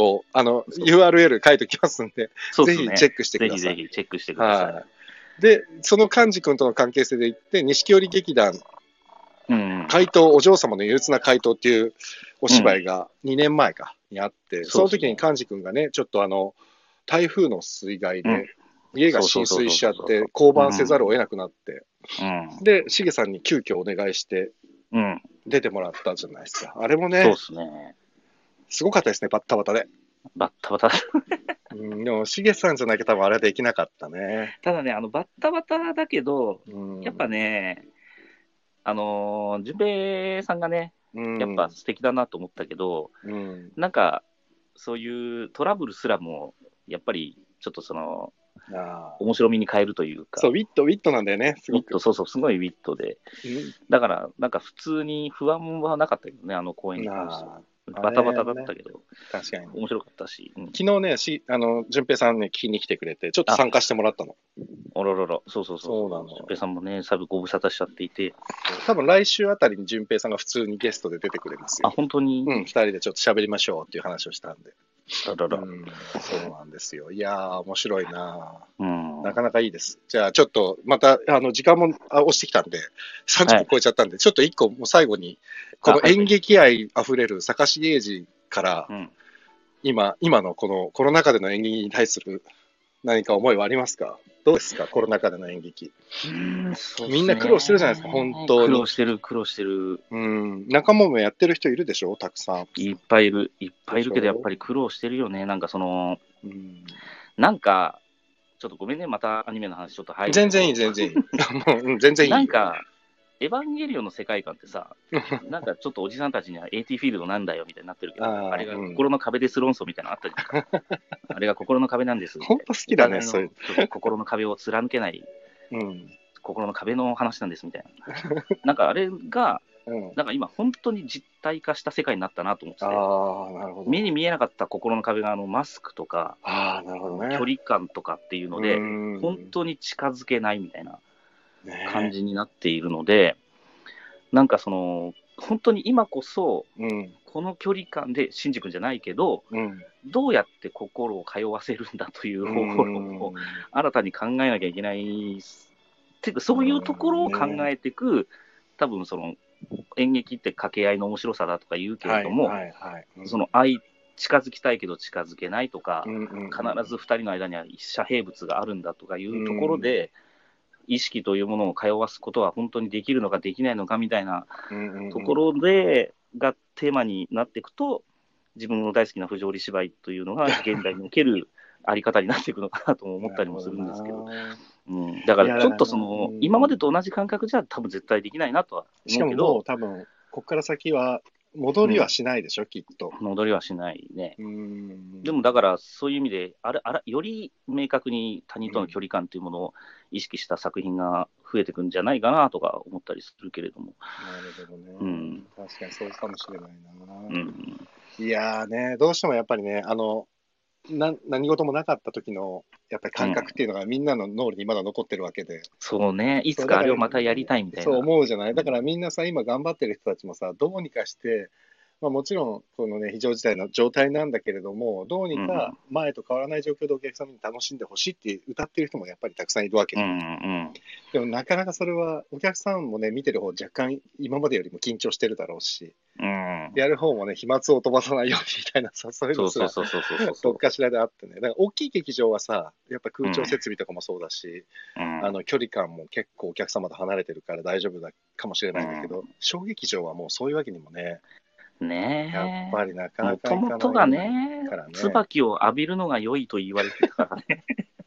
45、URL 書いておきますんで、ぜひチェックしてください。 ぜひチェックしてください。で、その幹事君との関係性で言って、錦織劇団、怪盗、お嬢様の憂鬱な怪盗っていうお芝居が2年前かにあって、その時に幹事君がね、ちょっと台風の水害で、家が浸水しちゃって、降板せざるを得なくなって、で、しげさんに急遽お願いして、出てもらったじゃないですか。あれもね、すごかったですね、バッタバタで。 バッタバタ。 でも、しげさんじゃなきゃ多分あれはできなかったね。 ただね、バッタバタだけど、やっぱね、順平さんがね、やっぱ素敵だなと思ったけど、なんか、そういうトラブルすらも、やっぱり、ちょっと面白みに変えるというか。 そう、ウィットなんだよね、 すごく。そう、すごいウィットで。だから、なんか普通に不安はなかったけどね、公演に関しては。バタバタだったけど、 確かに面白かったし。 昨日ね、順平さんね、聞きに来てくれて、ちょっと参加してもらったの。 あららら、そう。 そうなの。 順平さんもね、ご無沙汰しちゃっていて。 多分来週あたりに順平さんが普通にゲストで出てくれますよ。 あ、本当に二人でちょっと喋りましょうっていう話をしたんで。 あらら。 そうなんですよ。いやー、面白いななかなかいいです。じゃあ、ちょっと、また、時間も押してきたんで、30分超えちゃったんで、ちょっと一個、もう最後に、この演劇愛あふれる坂重英二から、今のこのコロナ禍での演劇に対する何か思いはありますか？どうですか、コロナ禍での演劇。みんな苦労してるじゃないですか、本当に。 苦労してる。 仲間もやってる人いるでしょ、たくさん。 いっぱいいるけど、やっぱり苦労してるよね。なんかなんか、ちょっとごめんね、またアニメの話ちょっと入る。 全然いい。全然いい。 なんか、エヴァンゲリオンの世界観ってさ、なんかちょっとおじさんたちには AT フィールドなんだよみたいになってるけど、あれが心の壁です論争みたいなのあったじゃんか。あれが心の壁なんです。 本当好きだね、そういう。 心の壁を貫けない、心の壁の話なんですみたいな。なんかあれが、なんか今本当に実体化した世界になったなと思ってて、目に見えなかった心の壁がマスクとか、距離感とかっていうので、本当に近づけないみたいな感じになっているので、なんか本当に今こそ、この距離感で、シンジ君じゃないけど、どうやって心を通わせるんだという方法を新たに考えなきゃいけない。っていうか、そういうところを考えていく、多分演劇って掛け合いの面白さだとか言うけれども、近づきたいけど近づけないとか、必ず2人の間には一遮蔽物があるんだとかいうところで、意識というものを通わすことは本当にできるのかできないのかみたいなところで、がテーマになっていくと、自分の大好きな不条理芝居というのが現代におけるあり方になっていくのかなと思ったりもするんですけど、だからちょっと今までと同じ感覚じゃ多分絶対できないなとは思うけど、しかももう多分ここから先は戻りはしないでしょ、きっと。 戻りはしないね。でもだからそういう意味でより明確に他人との距離感というものを意識した作品が増えていくんじゃないかなとか思ったりするけれども。 なるほどね。確かにそうかもしれないな。いやーね、どうしてもやっぱりね、何事もなかった時のやっぱり感覚っていうのがみんなの脳裏にまだ残ってるわけで、 そうね、いつかあれをまたやりたいみたいな。 そう思うじゃない。だからみんなさ、今頑張ってる人たちもさ、どうにかして、もちろんこのね、非常事態の状態なんだけれども、どうにか前と変わらない状況でお客様に楽しんでほしいって歌ってる人もやっぱりたくさんいるわけで、でもなかなかそれはお客さんもね、見てる方若干今までよりも緊張してるだろうし、やる方もね、飛沫を飛ばさないようにみたいなさ、そういうのすらどっかしらであってね、だから大きい劇場はさ、やっぱ空調設備とかもそうだし、距離感も結構お客様と離れてるから大丈夫だかもしれないんだけど、小劇場はもうそういうわけにもね、やっぱりなかなかいかないからね。 もともとがね、椿を浴びるのが良いと言われてたからね。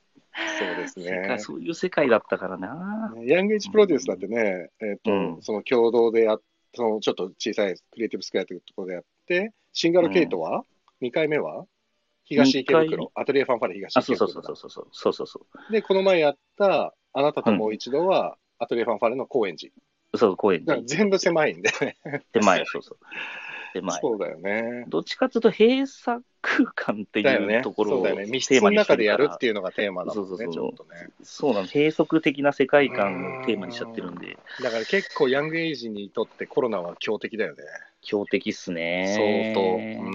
そうですね。 そういう世界だったからな。 ヤングエイジプロデュースだってね、その共同でそのちょっと小さいクリエイティブスクエアというところでやって、シンガルケイトは、2回目は東池袋、アトリエファンファレ東池袋だ。 そう。 で、この前やった、あなたともう一度は、アトリエファンファレの高円寺。 そう、高円寺。 全部狭いんでね。 狭い、そう。狭い。 そうだよね。 どっちかというと閉鎖空間っていうところをテーマにしてるから。 密室の中でやるっていうのがテーマだもんね、ちょっとね。 そうなの、閉塞的な世界観をテーマにしちゃってるんで。 だから結構ヤングエイジにとってコロナは強敵だよね。 強敵っすね。 相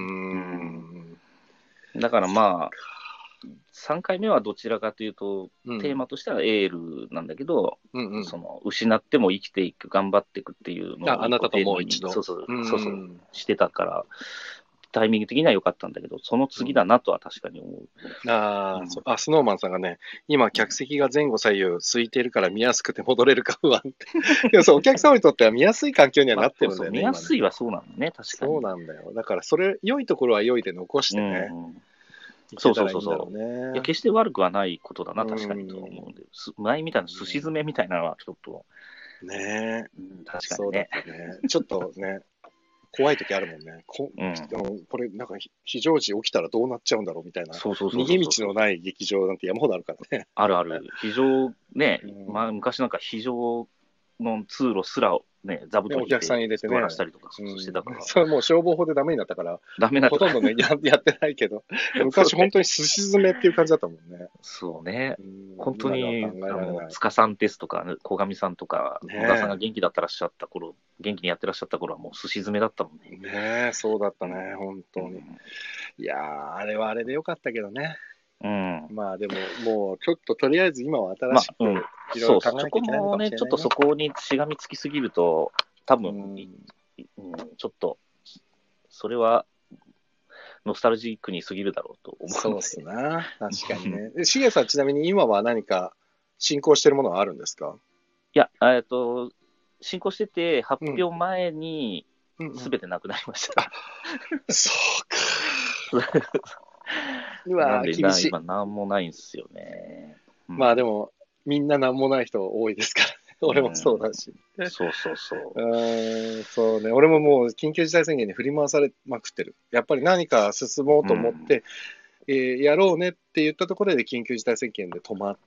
当。だからまあ、3回目はどちらかというと、テーマとしてはエールなんだけど、その失っても生きていく、頑張っていくっていうのをあなたともう一度。 そうしてたから、タイミング的には良かったんだけど、その次だなとは確かに思う。 スノーマンさんがね、今、客席が前後左右空いてるから見やすくて戻れるか不安って。でもそう、お客様にとっては見やすい環境にはなってるんだよね。 見やすいはそうなんだね、確かに。 そうなんだよ。だから、良いところは良いで残してね。 そう。いや、決して悪くはないことだな、確かにと思うんで、前みたいなすし詰めみたいなのはちょっと。 ねえ。 確かにね。 ちょっとね、怖い時あるもんね。これ、なんか非常時起きたらどうなっちゃうんだろうみたいな。逃げ道のない劇場なんて山ほどあるからね。 ある。非常、ね、昔なんか非常の通路すらね、座布団お客さん入れてね、 したりとかしてたから。 それもう消防法でダメになったから、 ダメなほとんどね、やってないけど、昔本当にすし詰めっていう感じだったもんね。 そうね。本当に、塚さんですとか、小上さんとか、野田さんが元気だったらっしゃった頃、元気にやってらっしゃった頃はもうすし詰めだったもんね。 ねえ、そうだったね、本当に。いやー、あれはあれでよかったけどね。まあでも、もうちょっととりあえず今は新しくいろいろ考えなきゃいけないのかもしれないね。 ちょっとそこにしがみつきすぎると、多分、ちょっと、それは、ノスタルジックに過ぎるだろうと思う。 そうっすな。確かにね。しげさん、ちなみに今は何か進行してるものはあるんですか？ いや、進行してて、発表前に、すべてなくなりました。 そうか。うわー、厳しい。 今、なんもないんですよね。 まあでも、みんななんもない人多いですからね。俺もそうだし。 そう。 そうね。俺ももう緊急事態宣言に振り回されまくってる。やっぱり何か進もうと思って、やろうねって言ったところで緊急事態宣言で止まって、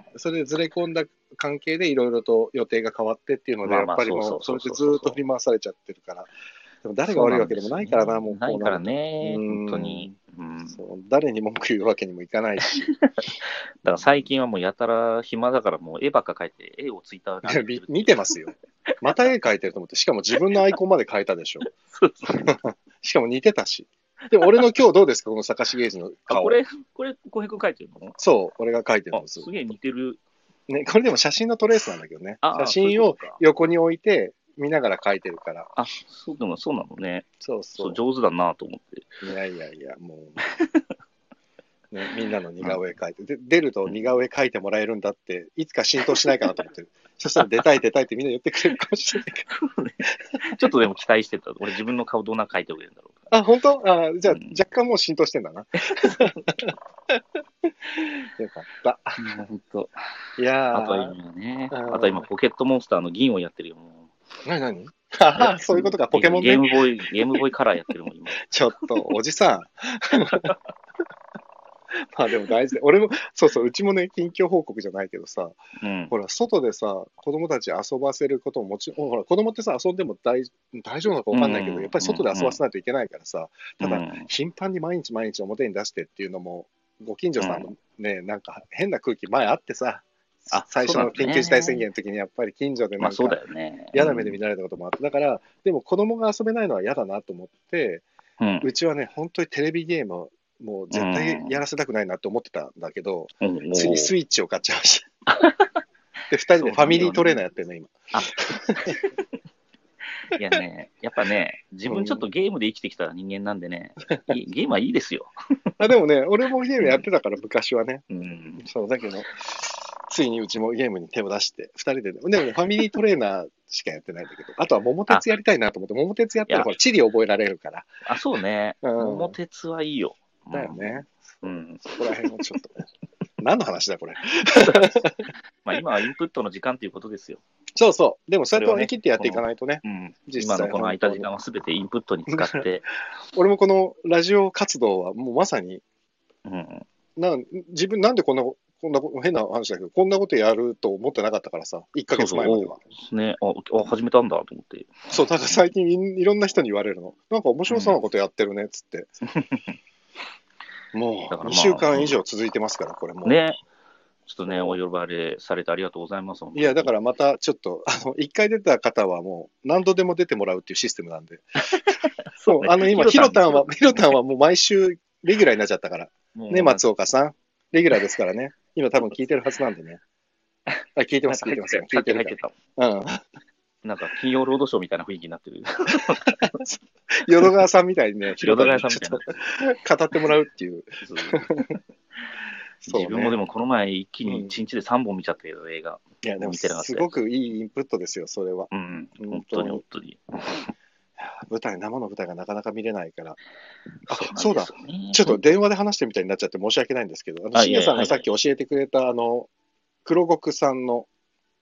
それでずれ込んだ関係でいろいろと予定が変わってっていうので、やっぱりもうそれでずっと振り回されちゃってるから。でも誰が悪いわけでもないからな、もう。 ないからね、本当に。 誰に文句言うわけにもいかないし。 だから最近はもうやたら暇だからもう絵ばっか描いて、絵をツイッターで見てますよ。また絵描いてると思って、しかも自分のアイコンまで描いたでしょ。しかも似てたし。でも俺の今日どうですか、この坂重の顔。 これ、浩平君描いてるの？ そう、俺が描いてるんです。 すげえ似てる。 ね、これでも写真のトレースなんだけどね。写真を横に置いて、見ながら描いてるから。 でもそうなのね。 そう。 上手だなと思って。 いや、もう、ね、みんなの似顔絵描いて、出ると似顔絵描いてもらえるんだって、いつか浸透しないかなと思ってる。そしたら出たいってみんな言ってくれるかもしれないから。 ちょっとでも期待してた。俺自分の顔どんな描いてくれるんだろう。 本当？じゃあ、若干もう浸透してんだな。よかった。 本当。 いやあとは今ね、あとは今ポケットモンスターの銀をやってるよ。 何そういうことか、ポケモンね。 ゲームボーイカラーやってるもん、今。 ちょっと、おじさん。まあでも大事で。俺も、うちもね、近況報告じゃないけどさ、ほら、外でさ、子供たち遊ばせることももちろん、ほら、子供ってさ、遊んでも大丈夫なのか分かんないけど、やっぱり外で遊ばせないといけないからさ、ただ、頻繁に毎日表に出してっていうのも、ご近所さんのね、なんか変な空気前あってさ、最初の緊急事態宣言の時にやっぱり近所でなんか嫌な目で見られたこともあって、だからでも子供が遊べないのは嫌だなと思って、うちはね本当にテレビゲームもう絶対やらせたくないなと思ってたんだけど、ついにスイッチを買っちゃいました。で2人でファミリートレーナーやってるね今。 いやね、やっぱね、自分ちょっとゲームで生きてきた人間なんでね、ゲームはいいですよ。 でもね、俺もゲームやってたから昔はね。そうだけど。ついにうちもゲームに手を出して、2人で、でもね、ファミリートレーナーしかやってないんだけど、あとは桃鉄やりたいなと思って、桃鉄やったらほら、地理覚えられるから。 そうね。桃鉄はいいよ。 だよね。そこら辺もちょっとね。 何の話だ、これ。 まあ今はインプットの時間ということですよ。 そうそう。でも、そうやって割り切ってやっていかないとね。 うん。 実際今のこの空いた時間は全てインプットに使って。 俺もこのラジオ活動はもうまさに、 うん。 自分なんでこんな変な話だけど、こんなことやると思ってなかったからさ、1ヶ月前までは。 そうね。始めたんだと思って。 そう、だから最近いろんな人に言われるの。なんか面白そうなことやってるね、っつって。もう、2週間以上続いてますから、これもう。 ね。ちょっとね、お呼ばれされてありがとうございます。 いや、だからまたちょっと、1回出た方はもう何度でも出てもらうっていうシステムなんで。そう、今、ヒロタンはもう毎週レギュラーになっちゃったから。ね、松岡さん。レギュラーですからね。今多分聞いてるはずなんでね。聞いてます、聞いてます。 聞いてるから。うん。なんか、金曜ロードショーみたいな雰囲気になってる。 淀川さんみたいにね、 淀川さんみたいな。 語ってもらうっていう。 自分もでもこの前一気に1日で3本見ちゃったけど、映画。 いや、でもすごくいいインプットですよ、それは。 うん、本当に。 生の舞台がなかなか見れないから。そうだ。ちょっと電話で話してみたいになっちゃって申し訳ないんですけど、しげさんがさっき教えてくれた、黒極さんの、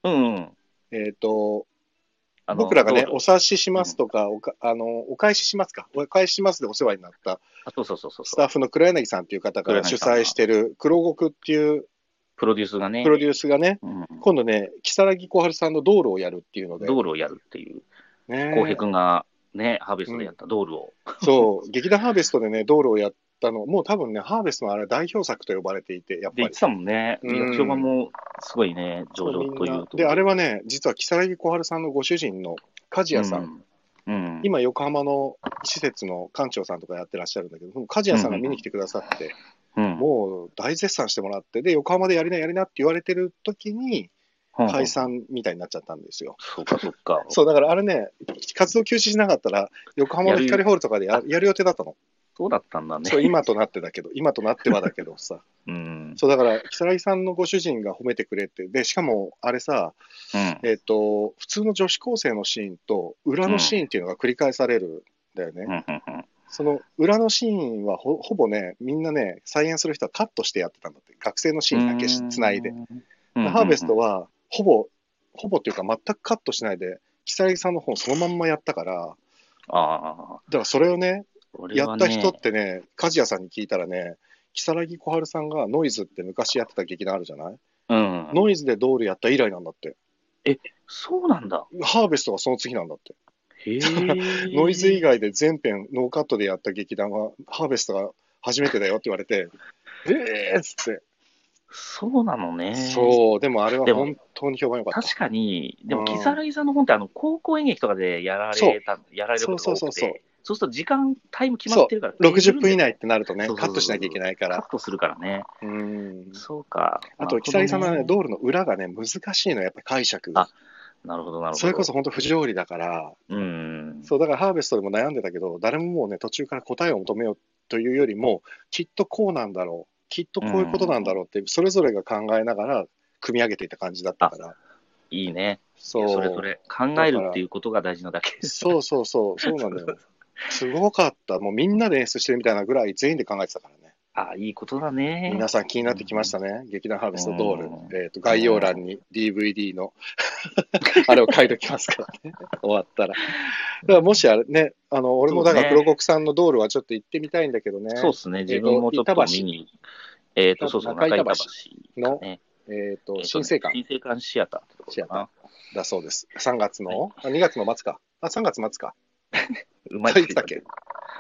僕らがね、お察ししますとか、お返ししますか、お返ししますでお世話になった、スタッフの黒柳さんっていう方が主催してる、黒極っていうプロデュースがね、 今度ね、如月小春さんの道路をやるっていうので。 道路をやるっていう。浩平君がね、ハーベストでやった道路を。 そう、劇団ハーベストでね、道路をやったの、もう多分ね、ハーベストのあれ代表作と呼ばれていて、やっぱり。 で、言ってたもんね。評判もすごいね、上々というと。 で、あれはね、実は如月小春さんのご主人の梶谷さん。今、横浜の施設の館長さんとかやってらっしゃるんだけど、梶谷さんが見に来てくださって、もう大絶賛してもらって、で、横浜でやりなって言われてる時に、解散みたいになっちゃったんですよ。 そっか。 そう、だからあれね、活動休止しなかったら、横浜の光ホールとかでやる予定だったの。 そうだったんだね。 そう、今となってはだけどさ。そう、だから、如月さんのご主人が褒めてくれて、で、しかも、あれさ、普通の女子高生のシーンと、裏のシーンっていうのが繰り返されるんだよね。その裏のシーンはほぼね、みんなね、再演する人はカットしてやってたんだって。学生のシーンだけつないで。ハーベストは、ほぼっていうか全くカットしないで、如月さんの方そのまんまやったから、だからそれをね、やった人ってね、梶谷さんに聞いたらね、如月小春さんがノイズって昔やってた劇団あるじゃない？ノイズでドールやった以来なんだって。 そうなんだ。 ハーベストがその次なんだって。ノイズ以外で全編ノーカットでやった劇団は、ハーベストが初めてだよって言われて、っつって。 そうなのね。 そう、でもあれは本当に評判良かった。 確かに、でも、如月さんの本って高校演劇とかでやられることが多くて、そうするとタイム決まってるから。 60分以内ってなるとね、カットしなきゃいけないから。 カットするからね。そうか。 あと、如月さんの道路の裏がね、難しいの、やっぱり解釈が。 なるほど。 それこそ本当不条理だから、そう、だからハーベストでも悩んでたけど、誰ももうね、途中から答えを求めようというよりも、きっとこうなんだろう。きっとこういうことなんだろうって、それぞれが考えながら組み上げていた感じだったから。 いいね。それ考えるっていうことが大事なだけ。 そうなんだよ。すごかった。もうみんなで演出してるみたいなぐらい全員で考えてたからね。 いいことだね。 皆さん気になってきましたね。劇団ハーベストドール。概要欄に DVD のあれを書いておきますからね。終わったら。だからもしあれね、俺もだから黒国さんのドールはちょっと行ってみたいんだけどね。 そうですね。自分もちょっと見に。そう中板橋の、新生館。 新生館シアターだそうです。3月の、2月の末か。3月末か。 うまいって言ったっけ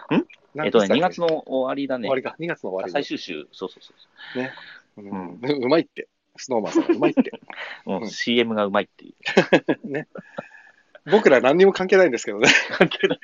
2月の終わりだね。 終わりか。2月の終わり。 最終週。そう。 ね。うまいって。スノーマンさんがうまいって。 もう CM がうまいっていう。 ね。僕ら何にも関係ないんですけどね。 関係ない。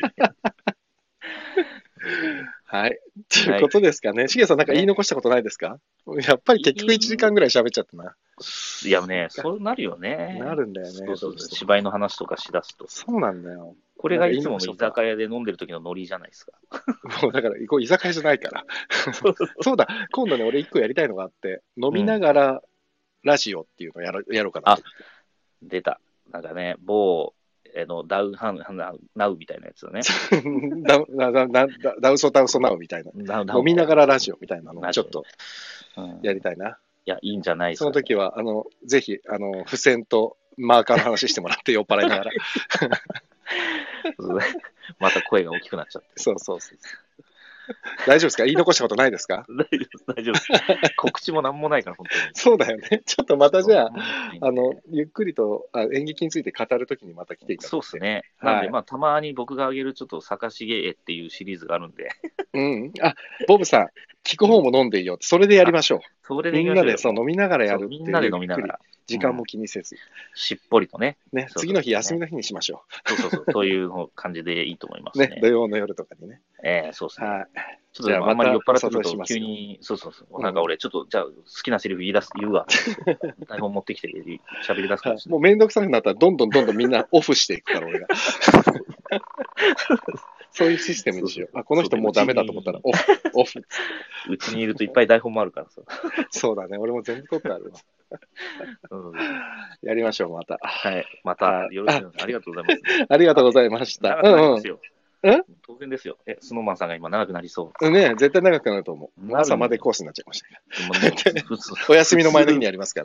はい。ということですかね。しげさんなんか言い残したことないですか？やっぱり結局1時間ぐらい喋っちゃったな。 いやね、そうなるよね。 なるんだよね。 そう芝居の話とかしだすと。 そうなんだよ。 これがいつもの居酒屋で飲んでる時のノリじゃないですか。 もうだから、居酒屋じゃないから。そうだ、今度ね、俺1個やりたいのがあって、飲みながらラジオっていうのをやろうかな。 出た。なんかね、某、ダウナウみたいなやつだね。 ダウソナウみたいな。飲みながらラジオみたいなのをちょっとやりたいな。 や、いいんじゃないですか、ね。 その時は、ぜひ、付箋とマーカーの話してもらって酔っ払いながら。 また声が大きくなっちゃって。 そうそうそう。大丈夫ですか？言い残したことないですか？ 大丈夫です、大丈夫です。告知もなんもないから、本当に。 そうだよね。ちょっとまたじゃあ、 あゆっくりと演劇について語るときにまた来ていただいて。 そうですね。 はいなんで、まあ、たまに僕が挙げるちょっと、坂重絵っていうシリーズがあるんで。 うん。ボブさん、聞く方も飲んでいいよって、それでやりましょう。 それでみんなでそう飲みながらやるっていう。 みんなで飲みながら。 時間も気にせず。 しっぽりとね。 ね、次の日休みの日にしましょう。そういう感じでいいと思いますう。 ね。 土曜の夜とかにね。 そうですね。 はい。 ちょっとあんまり酔っ払ってくると急に、なんか俺ちょっと、じゃあ好きなセリフ言うわ。台本持ってきて喋り出すかもしれない。 もうめんどくさくなったらどんどんみんなオフしていくから、俺が。そういうシステムにしよう。この人もうダメだと思ったらオフ。 うちにいるといっぱい台本もあるからさ。 そうだね。俺も全部取ってあるわ。やりましょう、また。 はい。また、よろしく。ありがとうございます。 ありがとうございました。 当然ですよ。スノーマンさんが今長くなりそう。 ね、絶対長くなると思う。朝までコースになっちゃいましたけど。お休みの前の日にやりますから。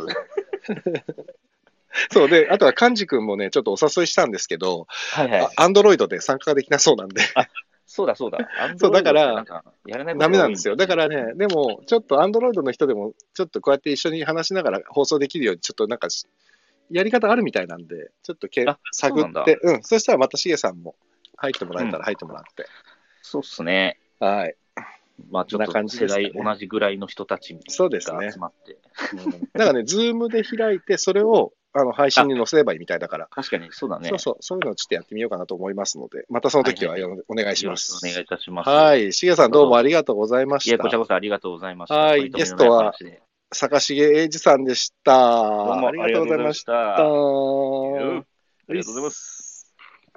そうで、あとは幹事君もね、ちょっとお誘いしたんですけど、アンドロイドで参加ができなそうなんで。 そうだ。 そう、だから、ダメなんですよ。だからね、でも、ちょっとアンドロイドの人でも、ちょっとこうやって一緒に話しながら放送できるように、ちょっとなんか、やり方あるみたいなんで、ちょっと探って、そしたらまたしげさんも入ってもらえたら入ってもらって。 そうっすね。 はい。 まあちょっと世代同じぐらいの人たちが集まって。 だからね、ズームで開いて、それを配信に載せればいいみたいだから。 確かに、そうだね。 そういうのをちょっとやってみようかなと思いますので、またその時はお願いします。 よろしくお願いいたします。 はい。しげさんどうもありがとうございました。 いや、こちらこそありがとうございました。 はい。ゲストは、坂重英二さんでした。 どうもありがとうございました。 ありがとうございます。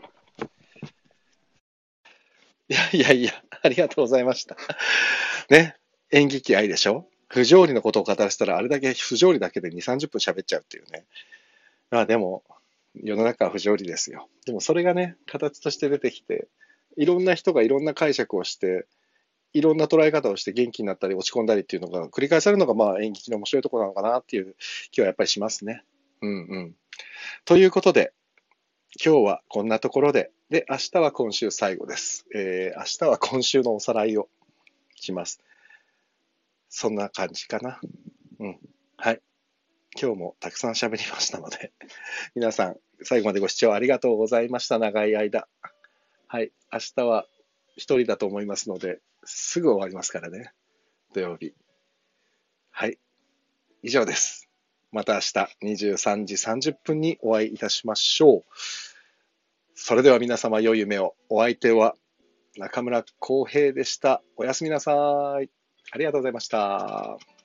いや、ありがとうございました。ね。演劇愛でしょ？不条理のことを語らせたら、あれだけ不条理だけで2、30分喋っちゃうっていうね。でも、世の中は不条理ですよ。でもそれがね、形として出てきて、いろんな人がいろんな解釈をして、いろんな捉え方をして元気になったり落ち込んだりっていうのが繰り返されるのがまあ演劇の面白いところなのかなっていう気はやっぱりしますね。ということで、今日はこんなところで、で、明日は今週最後です。明日は今週のおさらいをします。そんな感じかな。はい。今日もたくさん喋りましたので、皆さん最後までご視聴ありがとうございました。長い間。はい。明日は一人だと思いますので、すぐ終わりますからね。土曜日。はい。以上です。また明日23時30分にお会いいたしましょう。それでは皆様良い夢を。お相手は中村浩平でした。おやすみなさい。ありがとうございました。